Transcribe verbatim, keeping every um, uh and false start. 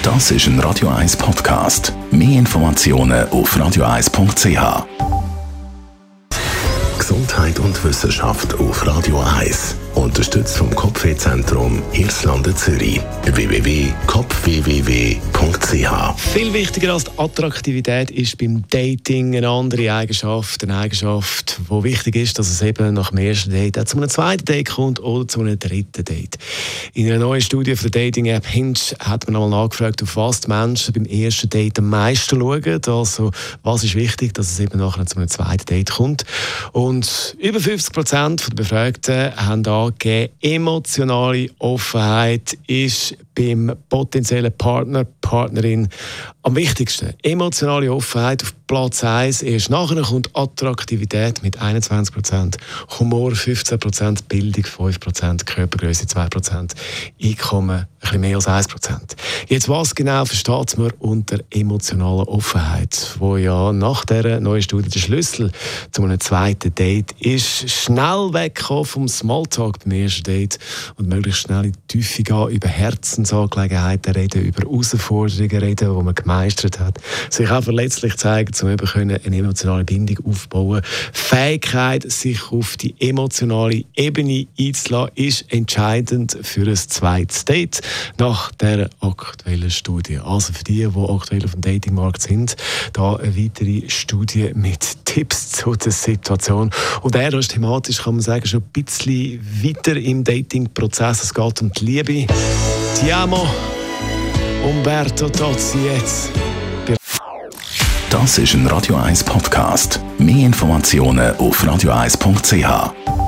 Das ist ein Radio eins Podcast. Mehr Informationen auf radio eins punkt c h. Gesundheit und Wissenschaft auf Radio eins. Unterstützt vom Kopfwehzentrum Irlande Zürich. w w w punkt kopf w w w punkt c h. Viel wichtiger als die Attraktivität ist beim Dating eine andere Eigenschaft. Eine Eigenschaft, die wichtig ist, dass es eben nach dem ersten Date auch zu einem zweiten Date kommt oder zu einem dritten Date. In einer neuen Studie von der Dating-App Hinge hat man einmal nachgefragt, auf was die Menschen beim ersten Date am meisten schauen. Also, was ist wichtig, dass es eben nachher zu einem zweiten Date kommt. Und über fünfzig Prozent der Befragten haben angegeben, emotionale Offenheit ist beim potenziellen Partner, Partnerin am wichtigsten. Emotionale Offenheit auf Platz eins. Erst nachher kommt Attraktivität mit einundzwanzig Prozent, Humor fünfzehn Prozent, Bildung fünf Prozent, Körpergröße zwei Prozent, Einkommen ein bisschen mehr als eins Prozent. Jetzt, was genau versteht man unter emotionaler Offenheit, wo ja nach dieser neuen Studie der Schlüssel zu einem zweiten Date ist, schnell wegkommen vom Smalltalk beim ersten Date und möglichst schnell in die Tiefe gehen, über Herzensangelegenheiten reden, über Herausforderungen reden, die man gemeistert hat, sich auch verletzlich zeigen, um eben eine emotionale Bindung aufbauen. Fähigkeit, sich auf die emotionale Ebene einzulassen, ist entscheidend für ein zweites Date nach dieser aktuellen Studie. Also für die, die aktuell auf dem Datingmarkt sind, da eine weitere Studie mit Tipps zu der Situation. Und er ist thematisch, kann man sagen, schon ein bisschen weiter im Dating-Prozess. Es geht um die Liebe. Ti amo, Umberto Tozzi jetzt. Das ist ein Radio eins Podcast. Mehr Informationen auf radio eins punkt c h.